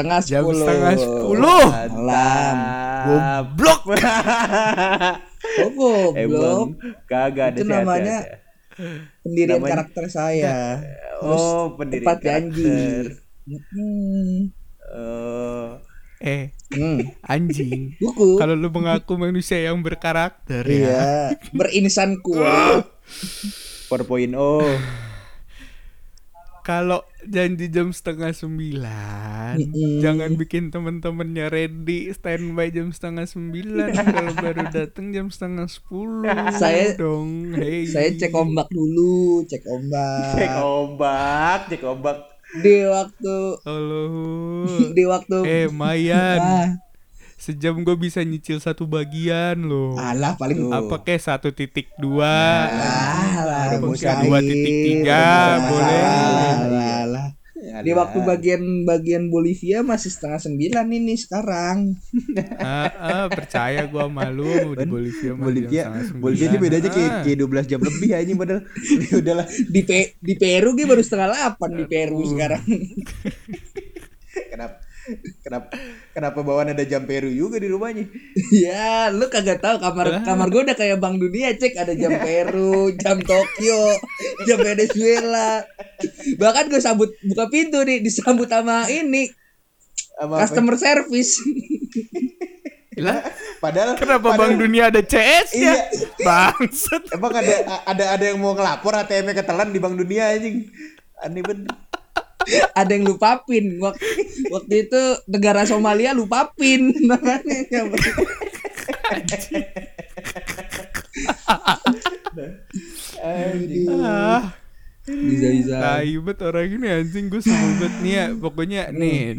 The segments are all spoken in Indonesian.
Jam 9:30. setengah 10 Malam. Goblok. Oh, goblok. Kagak ada Itu namanya sehat-sehat ya. pendirian Namanya- karakter saya. Harus pendirian tepat janji. karakter. Hmm. Anjing. Buku. Kalau lu mengaku manusia yang berkarakter ya. Iya, berinsan kuat. 4.0. Kalau janji jam 8:30, jangan bikin temen-temennya ready standby jam 8:30. Kalau baru datang jam 9:30 Saya- dong. Hey. Saya cek ombak dulu, cek ombak. Cek ombak. Di waktu Halo. Ah, Mayan. Sejam gue bisa nyicil satu bagian loh. alah paling Apa kek 1.2 alah, Rumusan bukan. 2.3 boleh. Alah. Di waktu bagian Bolivia masih 8:30 ini sekarang. Percaya gue sama lu di Bolivia mah jam Bolivia ini 9:30. bedanya kayak 12 jam lebih aja padahal. Udahlah. Di Peru gue baru 7:30 di Peru sekarang. Kenapa bawaan ada jam Peru juga di rumahnya? Ya, lu kagak tahu kamar gue udah kayak Bank Dunia, cek ada jam Peru, jam Tokyo, jam Venezuela. Bahkan gue buka pintu nih disambut sama ini customer service. Lah, Padahal Bank Dunia ada CS ya? Iya. Bangsat. Emang ada yang mau ngelapor ATM-nya ketelan di Bank Dunia anjing. Aneh bener. Ada yang lupa pin. Waktu itu negara Somalia lupa pin namanya. Bisa. Tai bet orang ini anjing, gue sebel bet nih ya. Pokoknya nih.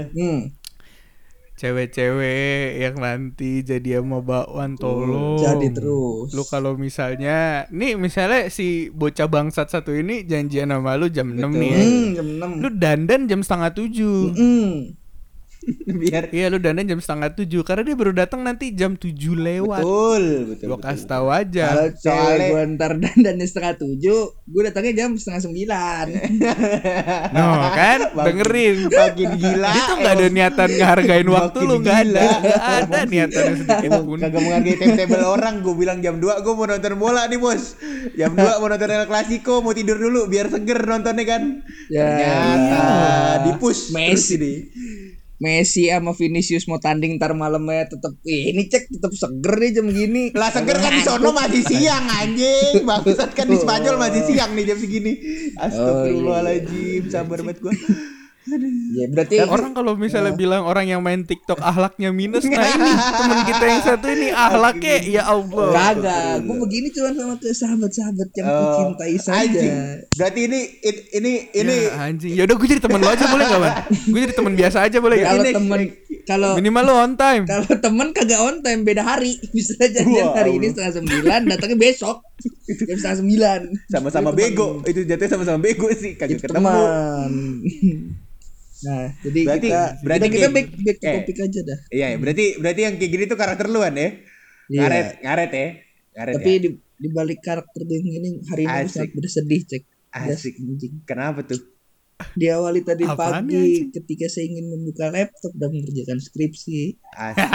Cewek-cewek yang nanti jadi sama bakwan tolong. Jadi terus. Lu kalau misalnya si bocah bangsat satu ini janjian sama lu jam 6 nih. Jam 6. Lu dandan jam 6:30. Biar Iya, lu dandan jam 6:30 karena dia baru datang nanti jam 7 lewat. betul. Gua kasih tahu aja. Kalau cewek gue ntar dandannya 6:30, gue datangnya jam 8:30. No kan, dengerin. Makin gila. Dia tuh nggak ada niatan ngehargain waktu Makin lu, nggak gila. ada niatannya sedikit pun. Kagak menghargai timetable orang. Gue bilang jam 2 gue mau nonton bola nih bos. Jam 2 mau nonton El Clasico. Mau tidur dulu biar seger nontonnya kan. Ya. Ternyata di-push Messi. terus ini. Messi sama Vinicius mau tanding ntar malamnya tetep ini tetep seger nih jam gini. Lah seger kan di sono masih siang anjing. Bangsat kan di Spanyol masih siang nih jam segini. Astagfirullahaladzim. Sabar banget gue. Ya berarti Orang kalau misalnya bilang orang yang main TikTok ahlaknya minus, nah ini teman kita yang satu ini ahlaknya ya Allah. kagak. Gue begini cuma sama ke sahabat-sahabat yang kucintai saja. Anjing. Berarti ini Ya, anjing. Ya udah gue jadi teman lo aja boleh enggak, Man? Gue jadi teman biasa aja boleh enggak? Kalau Ini- temen kalau Minimal lo on time. kalau temen kagak on time beda hari. Bisa janjian hari ini 8:30, datangnya besok jam 8:30. sama-sama bego. Itu jatuhnya sama-sama bego sih. Kagak Itu ketemu. teman. Nah, jadi Berarti kita kayak- back to topik aja dah. Iya, berarti yang kayak gini tuh karakter luan ya. Iya. Ngaret ya. Ngaret Tapi ya. di balik karakter gue ini hari ini aku Asik. sangat bersedih, cek. Asik. Anjing. Kenapa tuh? Diawali tadi Apaan nih, pagi anjing? ketika saya ingin membuka laptop dan mengerjakan skripsi. Asik.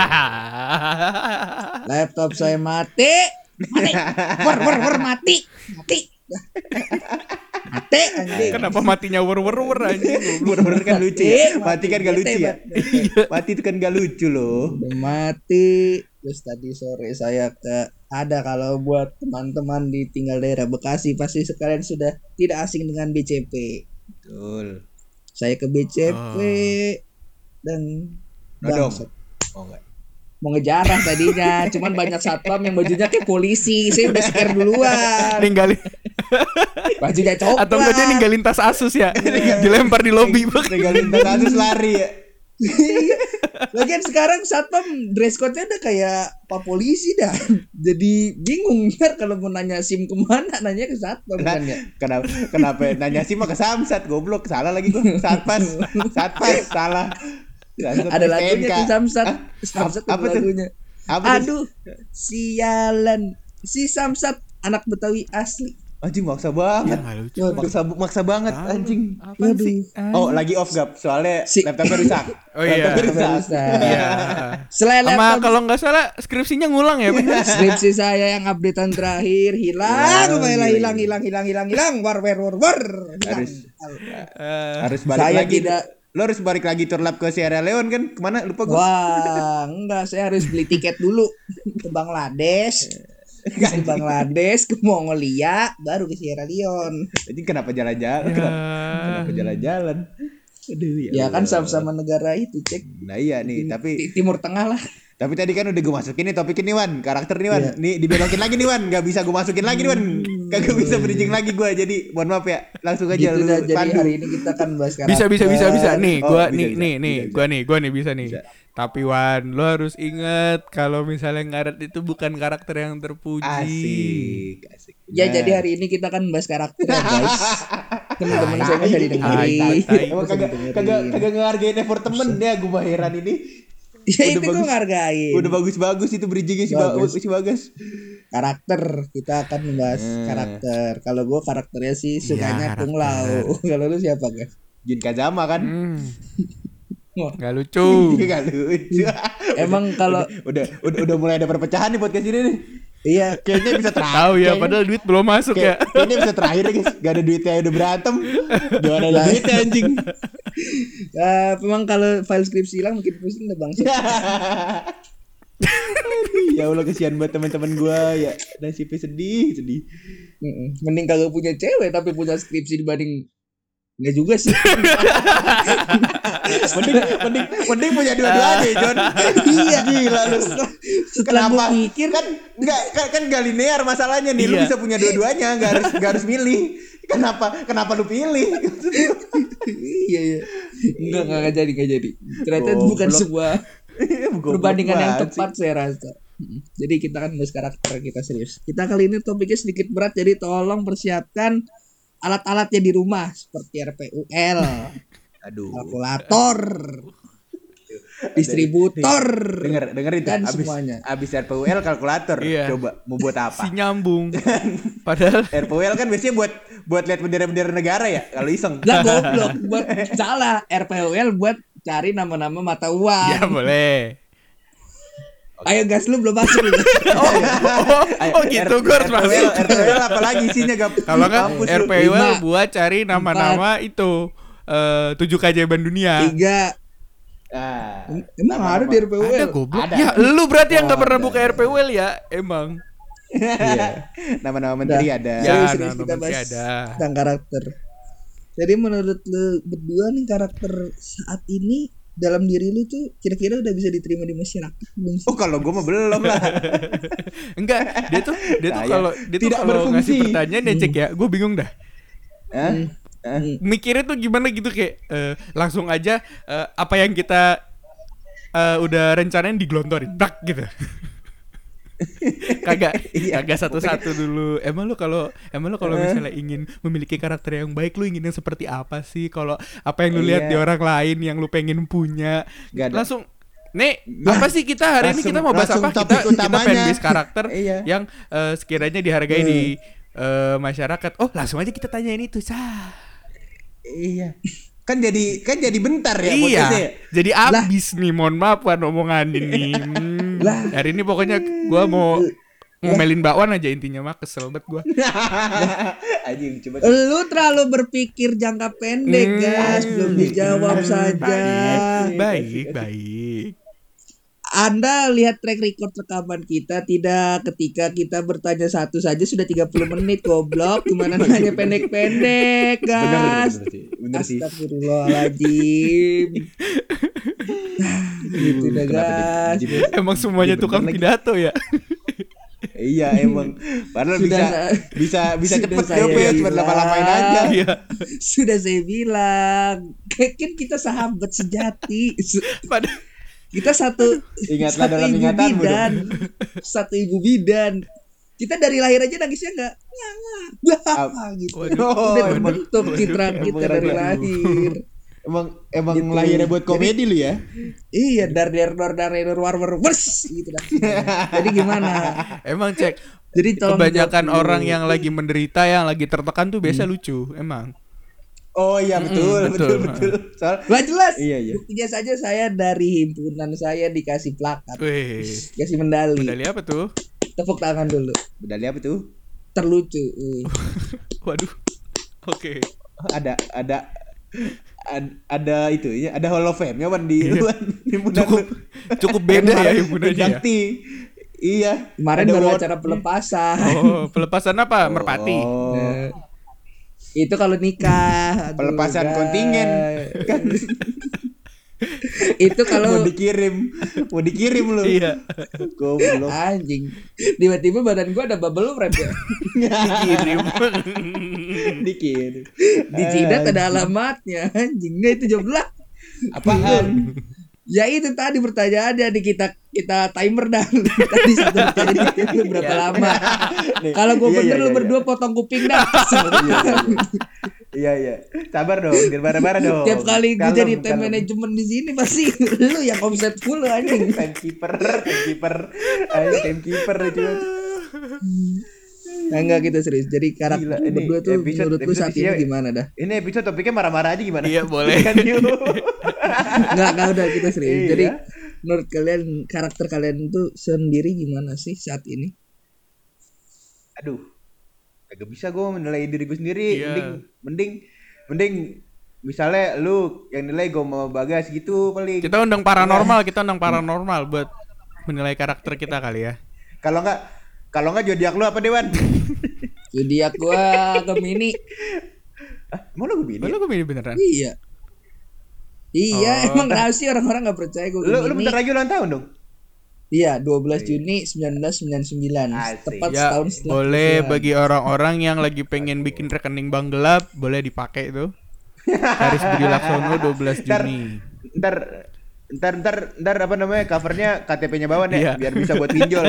Laptop saya mati. Mati. Mati anjing. Kenapa matinya wer anjing? Bener-bener kan lucu ya. Mati, Mati kan gak lucu ya. Mati itu kan gak lucu loh. Udah mati. Terus tadi sore saya ada kalau buat teman-teman di tinggal daerah Bekasi pasti sekalian sudah tidak asing dengan BCP. Betul. Saya ke BCP dan Nodong. bangsat. Oh enggak. Mau ngejarah tadinya, cuman banyak satpam yang bajunya kayak polisi. Saya udah scare duluan. Ninggalin Bajunya coklat. atau enggak dia ninggalin tas Asus ya? Dilempar di lobi. Tinggalin kasus lari ya. Lagian sekarang satpam dress code-nya udah kayak pak polisi dah. Jadi bingung ntar kalau mau nanya SIM kemana, nanya ke satpam kan ya. Kenapa nanya sih mah ke Samsat goblok. Salah lagi gua. Satpas salah. Ada lagunya tuh Samsat. Samsat Apa ada tuh? lagunya. Apa tuh? Aduh, sialan. Si Samsat anak Betawi asli. Anjing maksa banget. Ya nggak lucu. Maksa banget Tahu. anjing. Apaan sih? Oh, lagi off gap soalnya Si- laptopnya rusak. Oh iya. Laptopnya rusak. Iya. Selain Sama laptop, kalau nggak salah skripsinya ngulang ya bener. skripsi saya yang updatean terakhir hilang, hilang, war. Harus Eh, harus balik Saya lagi. tidak. Lo harus balik lagi tur lab ke Sierra Leone kan? Kemana? Lupa gue. Wah, enggak, saya harus beli tiket dulu ke Bangladesh. Ke Bangladesh, ke Mongolia, baru ke Sierra Leone. Jadi kenapa jalan-jalan? ya. Kenapa jalan-jalan? Aduh Ya kan Allah. sama-sama negara itu, cek. Nah iya nih, tapi Timur Tengah lah. Tapi tadi kan udah gue masukin nih topik ini Wan, karakter nih Wan. Nih dibelokin lagi nih Wan, nggak bisa gue masukin lagi nih Wan. Kagak bisa bridging lagi gue, jadi mohon maaf ya. Langsung aja Gitu lu dah, jadi pandu. hari ini kita kan bahas karakter. Bisa. Nih, Oh, gua bisa, nih, bisa. gua nih bisa nih. Bisa. Tapi Wan, lo harus ingat kalau misalnya ngaret itu bukan karakter yang terpuji. Asik. Ya Benar. jadi hari ini kita kan bahas karakter ya guys. Teman-teman saya bisa Tai. didengerin. Emang kagak ngehargain effort temen ya, gue mah heran ini. Ya Udah itu gue bagus. ngargain. Udah bagus-bagus itu bridgingnya si bagus. Karakter, kita akan membahas karakter. Kalau gue karakternya sih sukanya karakter. Kung Lao. Kalau lu siapa guys? Jin Kazama kan? Wah, Gak lucu. Gak lucu. Emang kalau udah mulai ada perpecahan nih podcast ini nih. iya Kayaknya bisa terakhir. Tahu ya, Kayaknya- padahal duit belum masuk ya. Kayaknya bisa terakhir ya guys. Gak ada duitnya udah berantem. Gimana ada duitnya anjing. memang kalau file skripsi hilang mungkin pusing dah bang. Ya Allah kesian banget teman-teman gua ya. Nasibnya sedih. Mending kagak punya cewek tapi punya skripsi dibanding nggak juga sih. mending punya dua-duanya John. Iya. Gila lu. Setelah gue Kenapa? pikir Kan gak linear masalahnya nih. Lu Iya. bisa punya dua-duanya, gak harus milih. Kenapa lu pilih? iya. Enggak jadi. Ternyata itu bukan Goblok. sebuah Goblok perbandingan yang banget sih. tepat saya rasa. Jadi kita kan bahas karakter kita serius. Kita kali ini topiknya sedikit berat jadi tolong persiapkan alat-alatnya di rumah seperti RPUL, Aduh. kalkulator, distributor, Denger itu dan semuanya. abis RPUL kalkulator. Iya. Coba mau buat apa? Si nyambung. Padahal RPUL kan biasanya buat lihat bendera-bendera negara ya kalau iseng. Gak goblok buat salah RPUL buat cari nama-nama mata uang. ya boleh. Ayo gas lu belum masuk lu. Oh gitu, gue harus masuk. RPUL apalagi isinya gak Kalau kan mampus lu. RPW Lima. buat cari nama-nama itu 7 keajaiban dunia. 3. Ah, Emang ada di RPUL? Ada goblok. Ada. Ya lu berarti yang gak pernah ada. buka RPWL ya, emang. Iya. Nama-nama menteri ada. Ya, Serius kita nanti bahas ada. tentang karakter. Jadi menurut lu berdua nih karakter saat ini dalam diri lu tuh kira-kira udah bisa diterima di masyarakat belum sih? Oh kalau gue mah belum lah. Enggak, dia tuh Saya kalau tidak ngasih berfungsi. pertanyaan ya cek ya, gue bingung dah. Hah? Mikirnya tuh gimana gitu kayak langsung aja apa yang kita udah rencanain digelontorin, brak gitu. Kagak satu-satu dulu. Emang lu kalau misalnya ingin memiliki karakter yang baik, lu ingin yang seperti apa sih? Kalau apa yang lu lihat Iya. di orang lain yang lu pengen punya, Gak ada. langsung nih apa sih kita hari ini kita mau bahas langsung apa? topik Kita utamanya. pengen bahas karakter Iya. yang sekiranya dihargai di masyarakat. Oh, langsung aja kita tanyain itu. Iya. Kan jadi bentar ya Iya. podcastnya. Jadi abis nih, mohon maaf kan omongan ini. Hari ini pokoknya gua mau ngomelin bakwan aja intinya mah, kesel banget gua. Anjing coba. Lu terlalu berpikir jangka pendek, guys. Belum dijawab saja. Baik. Anda lihat track record rekaman kita tidak ketika kita bertanya satu saja sudah 30 menit goblok. Gimana nanya pendek-pendek, guys. Bener sih. Astagfirullahaladzim. Gitu dah, Kenapa guys. Emang semuanya Iya, tukang bener lagi. pidato ya. Iya emang. Padahal Sudah- bisa sudah cepet saya jawab ya, cuma bilang. lama-lamain aja. Iya. Sudah saya bilang, kan kita sahabat sejati. Pada Kita satu Ingatlah satu dalam ibu ingatanmu bidan. Satu ibu bidan. Kita dari lahir aja nagisnya enggak gitu. Waduh. Udah emang- terbentuk citra emang kita dari rada- lahir. Emang Gitu. lahirnya buat komedi lu ya? Iya, dar war wers gitu dah. Jadi gimana? emang cek Jadi tolong Kebanyakan dijawab dulu. orang yang lagi menderita, yang lagi tertekan tuh biasa lucu, emang. Oh iya betul. betul. Soal Gak jelas. Iya. Buktinya saja saya dari himpunan saya dikasih plakat, Wih, kasih medali. medali apa tuh? Tepuk tangan dulu. medali apa tuh? Terlucu. Waduh. Oke. Ada itu ya, ada Hall of Fame-nya Wan di Iya. himpunan Cukup beda ya Kemarin himpunannya ya. inductee. Iya. Kemarin Ada baru award. acara pelepasan. Oh, pelepasan apa? Merpati. Oh. Nah, itu kalau nikah. Aduh, Pelepasan guys. kontingen. Kan Itu kalau mau dikirim lu. Iya. Goblok. anjing. Tiba-tiba badan gua ada bubble wrap ya. Dikirim. Dikirim. Di jidat ada alamatnya. Anjing. Nggak itu jawab lah. Apaan? Ya itu tadi pertanyaannya di kita timer dah. Tadi satu pertanyaan itu berapa Ya. lama? Nih, Kalau gue iya, bener iya, lu iya. berdua potong kuping dah. Iya. Sabar dong, jangan marah-marah dong. Tiap kali gue Kalem, jadi tim kalem. manajemen di sini pasti lu yang omset full anjing. Timekeeper. Ayo timekeeper cuma. Nah, enggak gitu serius. Jadi karakter Gila, lu ini berdua tuh menurut lu saat isinya- ini gimana dah? Ini episode topiknya marah-marah aja gimana? Iya, boleh. Kan yuk. Enggak udah kita serius. Iya. Jadi menurut kalian karakter kalian tuh sendiri gimana sih saat ini? Aduh. Kagak bisa gue menilai diri gue sendiri. Iya. Mending misalnya lu yang nilai gue mau Bagas gitu paling. Kita undang paranormal buat menilai karakter kita kali ya. Kalau enggak zodiak lu apa Dewan? Jadi gua Gemini. Emang lu begini? Lu milih beneran? Iya. Iya, Oh. emang rahasia orang-orang nggak percaya gue Lu Gemini. bentar lagi ulang tahun dong. Iya, 12 Juni 1999. Asik. Tepat Ya, setahun setelah boleh kebetulan. bagi orang-orang yang lagi pengen bikin rekening bank gelap, boleh dipakai tuh. Haris Budi Laksono 12 Ntar- Juni. Ntar apa namanya covernya KTP-nya Bawan Iya. ya biar bisa buat pinjol.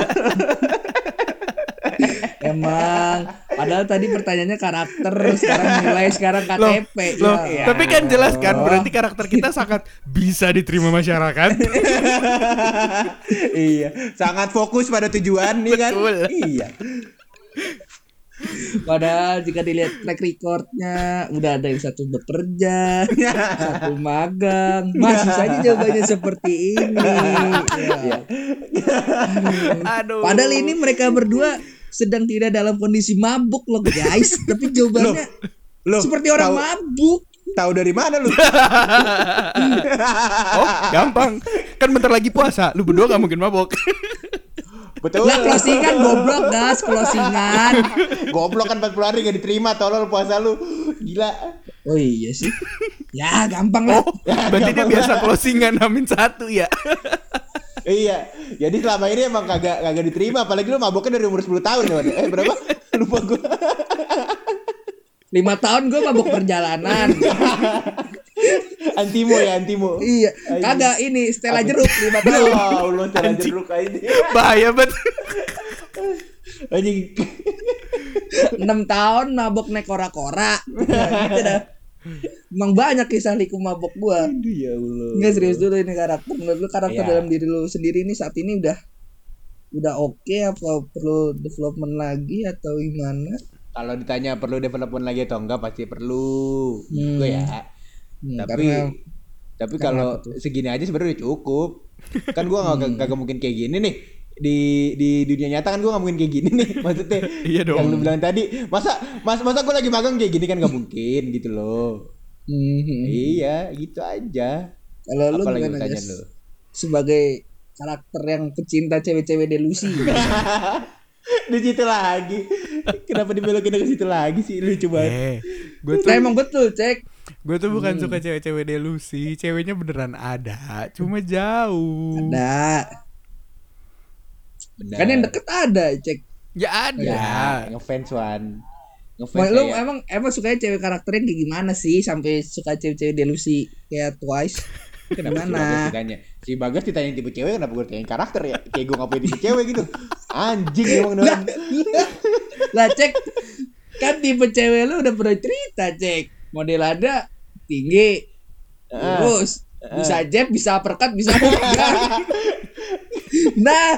Emang padahal tadi pertanyaannya karakter, sekarang nilai, sekarang KTP. Loh, Ya. tapi kan jelas kan Oh. berarti karakter kita sangat bisa diterima masyarakat. Iya, sangat fokus pada tujuan nih kan. Betul. Iya. Padahal jika dilihat track recordnya udah ada yang satu bekerja, satu magang, masih saja jawabannya seperti ini. Ya. Aduh. Padahal ini mereka berdua sedang tidak dalam kondisi mabuk loh guys, tapi jawabannya Loh, seperti orang tahu- mabuk. Tahu dari mana lu? Oh, gampang. Kan bentar lagi puasa, lu berdua gak mungkin mabok. Betul. Lah closingan goblok gas, closingan. Goblok kan 40 hari gak diterima tolol puasa lu. Gila. Oh iya sih. Ya gampang lah. Oh, berarti dia biasa closingan Amin 1 ya. Iya. Jadi selama ini emang kagak diterima apalagi lu maboknya dari umur 10 tahun ya. Berapa? Lupa gua. 5 tahun gue mabuk perjalanan. Antimo. Iya. Kagak ini Stella jeruk 5 tahun. Oh, lu cara jeruk aja. Bahaya banget. Anjing. 6 tahun mabuk naik kora-kora. Ya, gitu dah. Emang banyak kisah liku mabuk gua. Aduh ya Allah. Enggak serius dulu ini karakter. Menurut lu karakter Iya. dalam diri lu sendiri ini saat ini udah oke apa perlu development lagi atau gimana? Kalau ditanya perlu development lagi atau enggak pasti perlu. Gue ya. Tapi karena kalau apa tuh? segini aja sebenarnya udah cukup. Kan gua kagak mungkin kayak gini nih. Di dunia nyata kan gua nggak mungkin kayak gini nih maksudnya. Iya dong. Yang lu bilang tadi, masa gua lagi magang kayak gini kan nggak mungkin gitu loh. Iya, gitu aja. Kalau lu Apalagi gimana pertanyaan Jas? lu? Sebagai karakter yang pecinta cewek-cewek delusi. Di situ lagi. Kenapa dibelokin ke situ lagi sih? Lucu banget. Gue tuh Nah, emang betul, Cek. gue tuh bukan suka cewek-cewek delusi, ceweknya beneran ada, cuma jauh. Ada. Benar. Kan yang deket ada, Cek. Ya ada. Ya, ngefans Wan. Lu Ngefans emang sukanya cewek karakternya kayak gimana sih sampai suka cewek-cewek delusi kayak Twice? Kenapa Gimana? si Bagas ditanya tipe cewek kenapa gue ditanyain karakter ya? Kayak gue ngapain tipe cewek gitu. Anjing emang doang. Lah Cek, kan tipe cewek lu udah pernah cerita Cek. Model ada tinggi, kurus, bisa jab, bisa uppercut, bisa magang. Nah,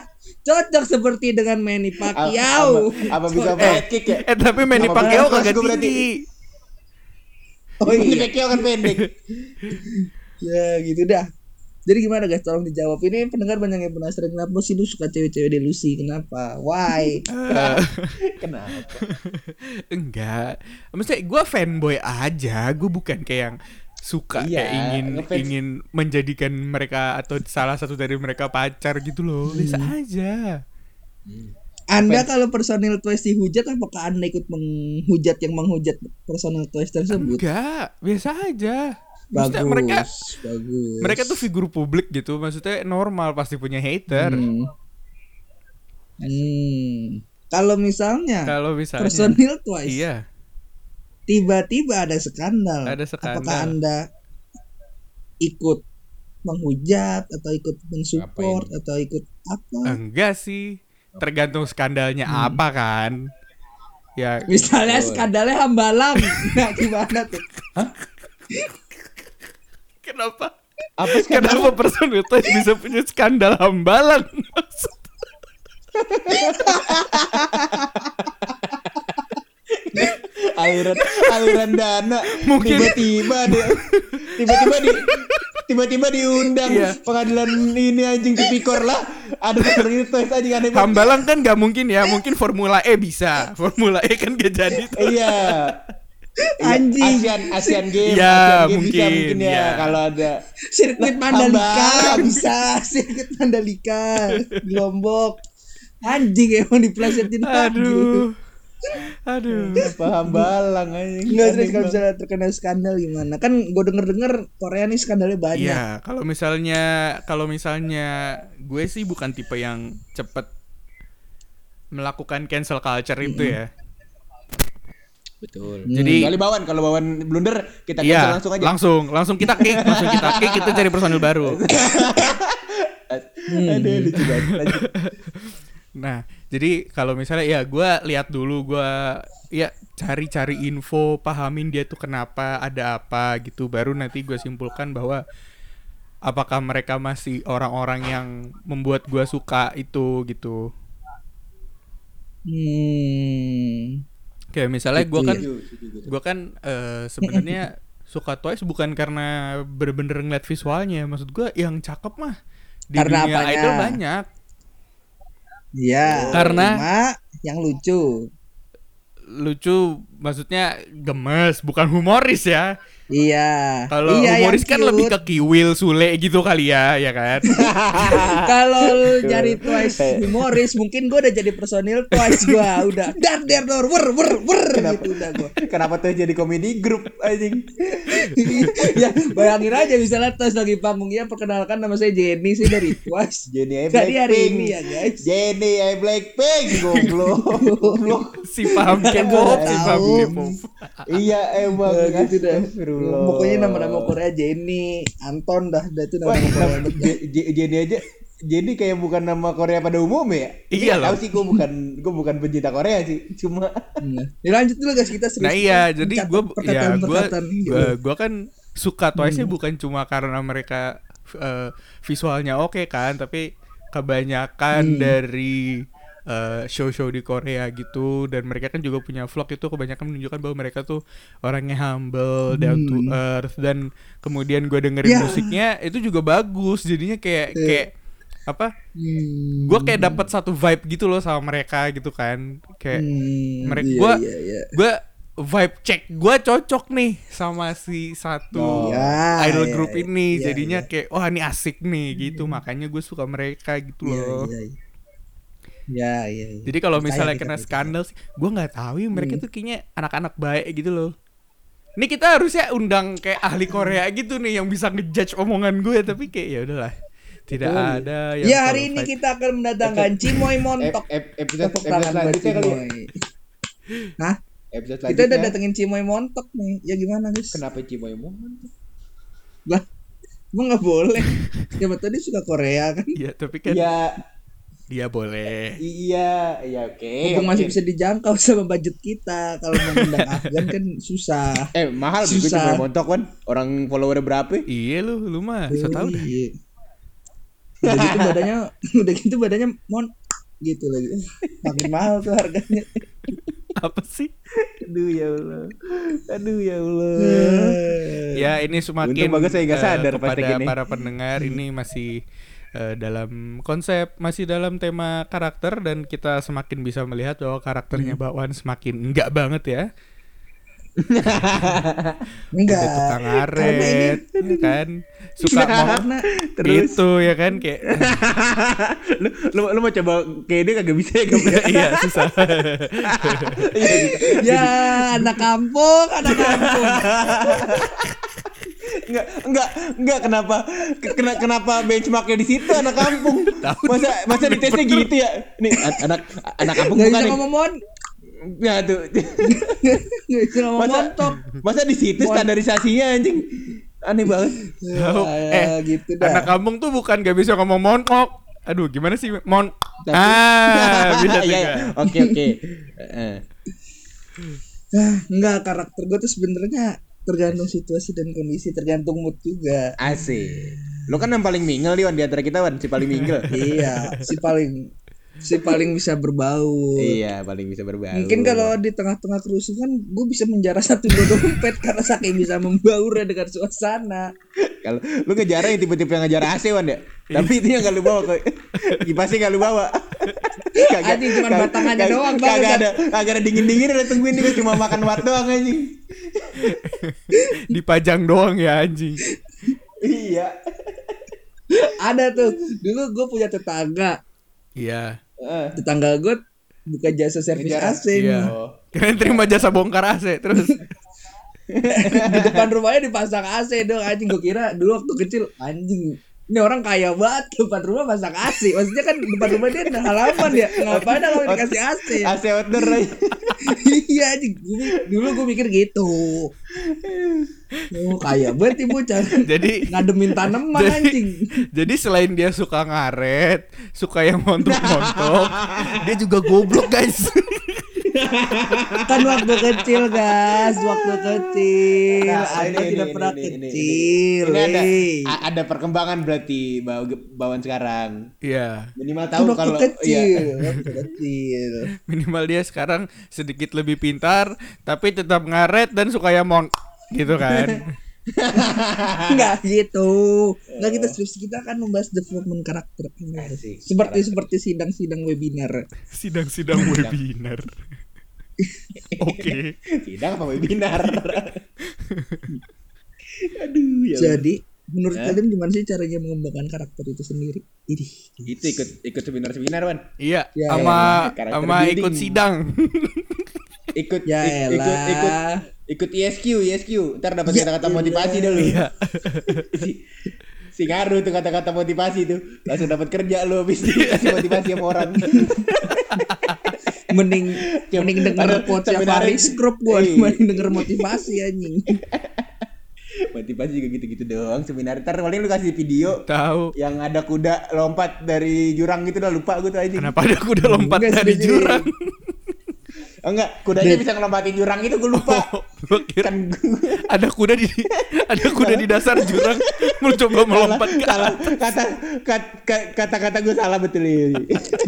Cocok seperti dengan Manny Pacquiao. Apa bisa fight kick ya? Tapi Manny Sama Pacquiao Brazos kagak gua berarti. tinggi. Oh iya. Pacquiao kan pendek. Ya gitu dah. Jadi gimana guys, tolong dijawab. Ini pendengar banyak yang penasaran, kenapa sih lu suka cewek-cewek delusi? Kenapa? Why? Kenapa? Enggak. Maksudnya gue fanboy aja. Gue bukan kayak yang suka Iya, kayak ngefans. ingin menjadikan mereka atau salah satu dari mereka pacar gitu loh. Bisa aja. Anda kalau personil Twice dihujat, apakah Anda ikut menghujat yang menghujat personil Twice tersebut? Enggak, biasa aja. Bagus, Maksudnya bagus. mereka tuh figur publik gitu. Maksudnya normal pasti punya hater. Kalau misalnya personil Twice iya, tiba-tiba ada skandal, apakah skandal. Anda ikut menghujat atau ikut mensupport atau ikut apa? Enggak sih, tergantung skandalnya apa kan. Ya, Misalnya skandalnya Hambalang, nah gimana tuh? kenapa? Apa skandal? Kenapa personil Twice bisa punya skandal Hambalang? aliran dana Mungkin. tiba-tiba diundang Iya. pengadilan ini anjing tipikor lah, ada personil Twice anjing aneh banget. Hambalang kan gak mungkin ya. Mungkin Formula E bisa. Formula E kan gak jadi tuh. Iya. Anjing. Asian Games, Iya, Asian Games bisa mungkin, mungkin ya iya. kalau ada Sirkuit Mandalika Hambalang. bisa, sirkuit Mandalika di Lombok. Anjing emang diplesetin lagi. Aduh. paham balang anjing. Enggak, Aneh serius kalau banget. misalnya terkena skandal gimana? Kan gue denger Korea nih skandalnya banyak. Iya, kalau misalnya gue sih bukan tipe yang cepet melakukan cancel culture itu ya. Betul. Jadi- kalau bawan blunder kita cancel Iya, langsung aja. langsung kita kick, kita cari personil baru. Aduh lucu banget. Lanjut. Nah, jadi kalau misalnya ya gue lihat dulu, gue ya cari-cari info, pahamin dia tuh kenapa, ada apa gitu, baru nanti gue simpulkan bahwa apakah mereka masih orang-orang yang membuat gue suka itu gitu. Kayak misalnya gue kan sebenarnya suka Twice bukan karena bener-bener ngeliat visualnya, maksud gue yang cakep mah di Karena dunia apanya? idol banyak. Iya. Karena- cuma yang lucu. Maksudnya gemes, bukan humoris ya. Iya. Kalau iya, humoris yang kan cute. lebih ke Kiwil, Sule gitu kali ya kan. Kalau lu nyari Twice humoris, mungkin gue udah jadi personil Twice gue udah dar gitu udah gue. Kenapa tuh jadi komedi grup anjing? Ya bayangin aja misalnya Twice lagi panggung, ya perkenalkan nama saya Jenny sih dari Twice. Jenny Jadi hari Blackpink. ini ya guys. Jenny Blackpink goblok. Si paham K-pop, si paham Tahu. K-pop. Iya emang Nah, gitu dah. Astagfirullah. Pokoknya nama-nama Korea Jenny, Anton dah itu Wah, nama-nama Korea. Jenny aja. Jenny kayak bukan nama Korea pada umumnya ya. Iya Nggak tahu loh. sih gue bukan pencinta Korea sih. Cuma Lanjut dulu guys, kita serius. Nah iya, jadi Perkataan-perkataan gitu. gue kan suka Twice-nya bukan cuma karena mereka visualnya oke kan, tapi kebanyakan dari show-show di Korea gitu, dan mereka kan juga punya vlog itu kebanyakan menunjukkan bahwa mereka tuh orangnya humble, down to earth, dan kemudian gue dengerin musiknya itu juga bagus, jadinya kayak apa? Gue kayak dapat satu vibe gitu loh sama mereka gitu kan, kayak mereka gue vibe check gue cocok nih sama si satu idol group ini, jadinya kayak wah ini asik nih gitu, makanya gue suka mereka gitu loh. Ya. Jadi kalau misalnya kena skandal sih, gue nggak tahu ya, mereka tuh kayaknya anak-anak baik gitu loh. Ini kita harusnya undang kayak ahli Korea gitu nih yang bisa ngejudge omongan gue, tapi kayak ya udahlah, tidak ada yang Ya hari ini qualified. kita akan mendatangkan Cimoy Montok. episode Tepuk tangan buat selanjutnya kali ya. Cimoy. Hah? Episode Kita udah selanjutnya. datengin Cimoy Montok nih. Ya gimana guys? Kenapa Cimoy Montok? Lah, emang nggak boleh. Ya betul dia suka Korea kan. Iya, tapi kan dia boleh. Iya, oke. Mumpung masih bisa dijangkau sama budget kita. Kalau mau undang Afgan kan susah. Mahal gitu Susah. Cimoy Montok kan. Orang follower berapa? Iya lu mah, saya tahu dah. Iya. Udah gitu badannya gitu lagi. Makin mahal tuh harganya. Apa sih? Aduh ya Allah. Aduh ya Allah. Ya ini semakin Untung bagus saya nggak sadar pas kepada gini. para pendengar ini masih dalam konsep, masih dalam tema karakter, dan kita semakin bisa melihat bahwa karakternya Bakwan semakin enggak banget ya. Enggak. Udah tukang Karena ini ngaret, ya kan, suka mau karena Terus gitu ya kan, kayak lu mau coba kayak dia kagak bisa ya gambar. iya susah. Iya, bisa. ya anak kampung. Enggak kenapa benchmarknya di situ anak kampung. Masa di tesnya gitu ya. Nih anak kampung Enggak bukan bisa nih. ngomong Ya tuh. Enggak bisa ngomong montok. Masa di situ standarisasinya anjing. Aneh banget. Tahu. Gitu dah. Anak kampung tuh bukan gak bisa ngomong montok. Aduh, gimana sih bisa Iya, juga. oke. Enggak, karakter gue tuh sebenarnya tergantung situasi dan kondisi, tergantung mood juga. Asik. Lu kan yang paling mingle nih Wan di antara kita Wan, si paling mingle. Iya, si paling bisa berbau. Iya, paling bisa berbau. Mungkin kalau di tengah-tengah kerusuhan gue bisa menjara satu dua dompet karena saking bisa membaur dengan suasana. Kalau lu ngejar yang tipe-tipe yang ngejar AC Wan ya. Tapi itu yang gak lu bawa kok. Kipasnya gak lu bawa. Anjing cuma batangannya doang Bang. Kagak ada dingin-dingin udah tungguin dia cuma makan watt doang anjing. Dipajang doang ya anjing. Iya. Ada tuh. Dulu gue punya tetangga. Iya. Tetangga gue buka jasa servis Ngejar. AC nih. Iya. Kalian terima jasa bongkar AC terus. Di depan rumahnya dipasang AC dong anjing. Gue kira dulu waktu kecil anjing ini orang kaya banget, depan rumah pasang AC. Maksudnya kan depan rumah dia ada halaman ya. Ngapain kalau dikasih AC? AC outdoor aja. Iya anjing. Dulu gue mikir gitu. Oh kaya banget ibu Jadi ngademin tanaman anjing. Jadi selain dia suka ngaret, suka yang montok-montok, dia juga goblok guys. Kan waktu kecil guys, waktu kecil. Nah, Anda ini, tidak ini, pernah ini, kecil. Ini ada perkembangan berarti bawaan sekarang. Iya. Minimal Kan tahu waktu kalau kecil, waktu kecil. Minimal dia sekarang sedikit lebih pintar, tapi tetap ngaret dan suka yang gitu kan. Enggak gitu. Enggak, kita serius, kita akan membahas development karakter. Asik. Seperti sidang-sidang webinar. Sidang-sidang webinar. Oke. sidang apa webinar. Aduh ya. Jadi, menurut kalian gimana sih caranya mengembangkan karakter itu sendiri? Idih. Itu ikut seminar Wan. Iya, Ya, sama karakter sama building. ikut sidang. Ikut Ya elah. ikut ISQ. Ntar dapat kata-kata motivasi dulu. Iya. si ngaruh tuh kata-kata motivasi tuh. Langsung dapat kerja lu habis dikasih motivasi sama orang. Mending denger quotes seminar Faris Group gua Iya. mending denger motivasi anjing. Motivasi juga gitu-gitu doang seminar. Ntar paling lu kasih video Tahu. yang ada kuda lompat dari jurang gitu, udah lupa gue tuh aja. Kenapa ada kuda lompat Enggak, dari serius. jurang? Oh enggak, kudanya bisa ngelompatin jurang itu gue lupa. Gua kira Kan ada kuda di dasar jurang mencoba melompat ke salah atas. kata-kata gue salah betul ini.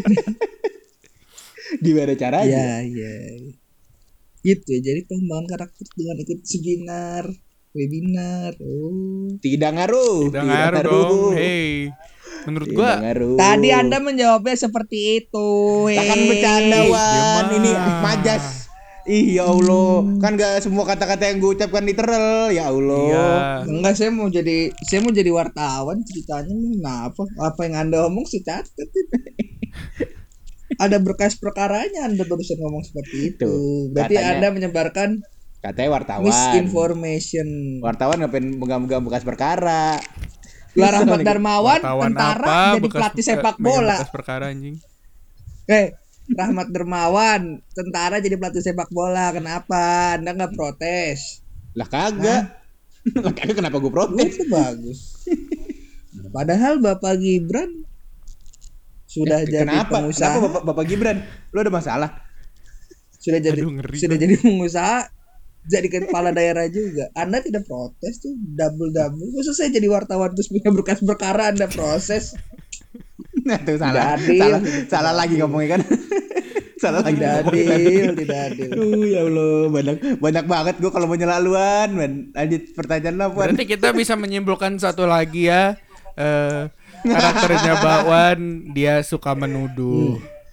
Gimana caranya? Ya. Gitu ya. Jadi pengembangan karakter dengan ikut seminar, webinar. Oh. Tidak ngaruh. Udah ngaruh dong. Hey. Menurut gua ngaruh. Tadi Anda menjawabnya seperti itu. Kan bercanda Dia Wan, mah. ini majas. Ih ya Allah, kan gak semua kata-kata yang gue ucapkan literal, ya Allah. Iya. Enggak, saya mau jadi wartawan ceritanya. Kenapa? Apa yang Anda omong saya catat. Ada berkas perkaranya, Anda barusan ngomong seperti itu. Tuh, Berarti katanya. Anda menyebarkan Katanya wartawan. misinformation. Wartawan ngapain megang-megang bekas perkara? Lah Rahmat Darmawan Wartawan tentara apa? jadi pelatih sepak megang bola. bekas perkara anjing. Rahmat Darmawan tentara jadi pelatih sepak bola. Kenapa Anda nggak protes? Lah kagak. Lah kagak kenapa gue protes? Itu bagus. Padahal Bapak Gibran sudah jadi Kenapa? pengusaha. Kenapa Bapak Gibran? Lu ada masalah? Sudah jadi Aduh, ngeri jadi pengusaha, jadi kepala daerah juga. Anda tidak protes tuh double. Khusus saya jadi wartawan terus punya berkas perkara Anda proses. Nah, tuh Tidak salah. adil. Salah lagi ngomongnya kan. Salah lagi. Tidak adil, tidak adil. Ya Allah, banyak banget gue kalau mau nyela luan, man. Lanjut pertanyaan lo, Puan. Berarti kita bisa menyimpulkan satu lagi ya. Karakternya Bakwan, dia suka menuduh.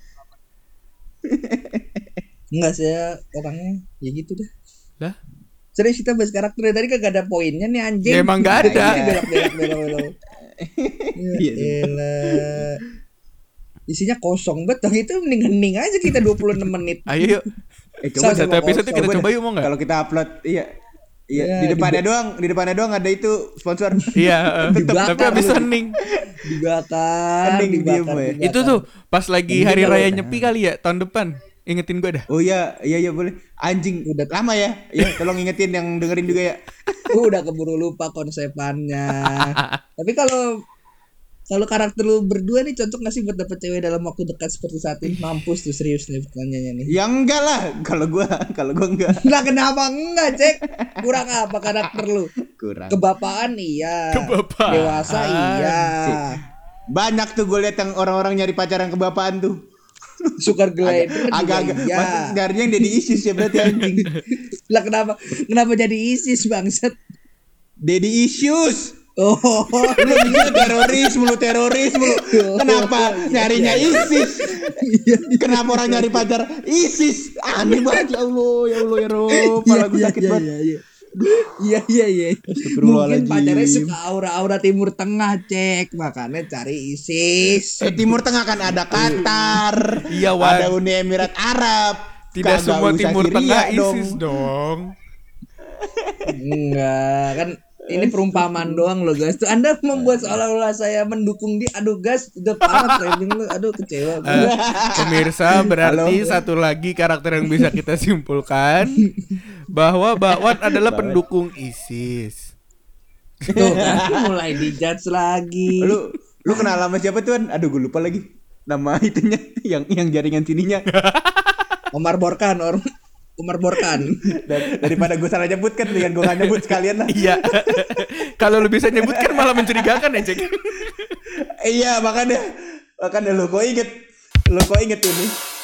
Enggak, saya orangnya ya gitu dah. Lah? Serius kita bahas karakter tadi kagak ada poinnya nih anjing. Ya emang nggak ada. Belok. Ya elah. Isinya kosong bet, itu mending hening aja kita 26 menit. Ayo yuk. Coba Satu episode kita coba yuk, mau nggak? Kalau kita upload, iya. Ya, Di depannya doang ada itu sponsor. Iya, Dibakar tapi abis lu. hening. Dibakar, Hening dibakar, diem, ya. dibakar. Itu tuh pas lagi Ini hari kalau- raya Nyepi kali ya tahun depan. Ingetin gue dah. Oh iya boleh. Anjing udah lama ya. Ya, tolong ingetin yang dengerin juga ya. Gua udah keburu lupa konsepannya. Tapi kalau karakter lu berdua nih cocok gak sih buat dapet cewek dalam waktu dekat seperti saat ini? Mampus tuh, serius nih pertanyaannya nih. Ya enggak lah. Kalau gua enggak. Lah kenapa enggak, Cek? Kurang apa karakter lu? Kurang. Kebapaan iya. Kebapaan. Dewasa iya. Banyak tuh gue lihat yang orang-orang nyari pacaran kebapaan tuh. Sugar glider Agak-agak. juga iya. Masuk nyarinya yang Daddy Issues ya berarti anjing. Lah kenapa jadi ISIS bangsat? Daddy Issues. Oh, Lu bisa teroris mulu. Kenapa nyarinya ISIS? Kenapa orang nyari pacar ISIS? Aneh banget ya Allah ya Rob. Malah gue sakit banget. Iya. Mungkin Astagfirullahaladzim. pacarnya suka aura-aura Timur Tengah, Cek. Makanya cari ISIS. Timur Tengah kan ada Qatar. Iya, Wan. Ada Uni Emirat Arab. Tidak Kagak semua usah Timur Syria Tengah ISIS dong. Enggak, kan ini perumpamaan doang loh guys. Tuh Anda membuat seolah-olah saya mendukung dia. Aduh guys, udah parah trending lu. Aduh kecewa gue. Pemirsa, berarti satu lagi karakter yang bisa kita simpulkan bahwa Bakwan adalah pendukung ISIS. Tuh kan mulai dijudge lagi. Lu kenal sama siapa tuan? Aduh gue lupa lagi nama itunya yang jaringan sininya. Omar Borkan. Daripada gue salah nyebut kan, dengan gue gak nyebut sekalian lah. Iya. Kalau lu bisa nyebut kan malah mencurigakan ya, Cek. Iya makanya lu kok inget ini.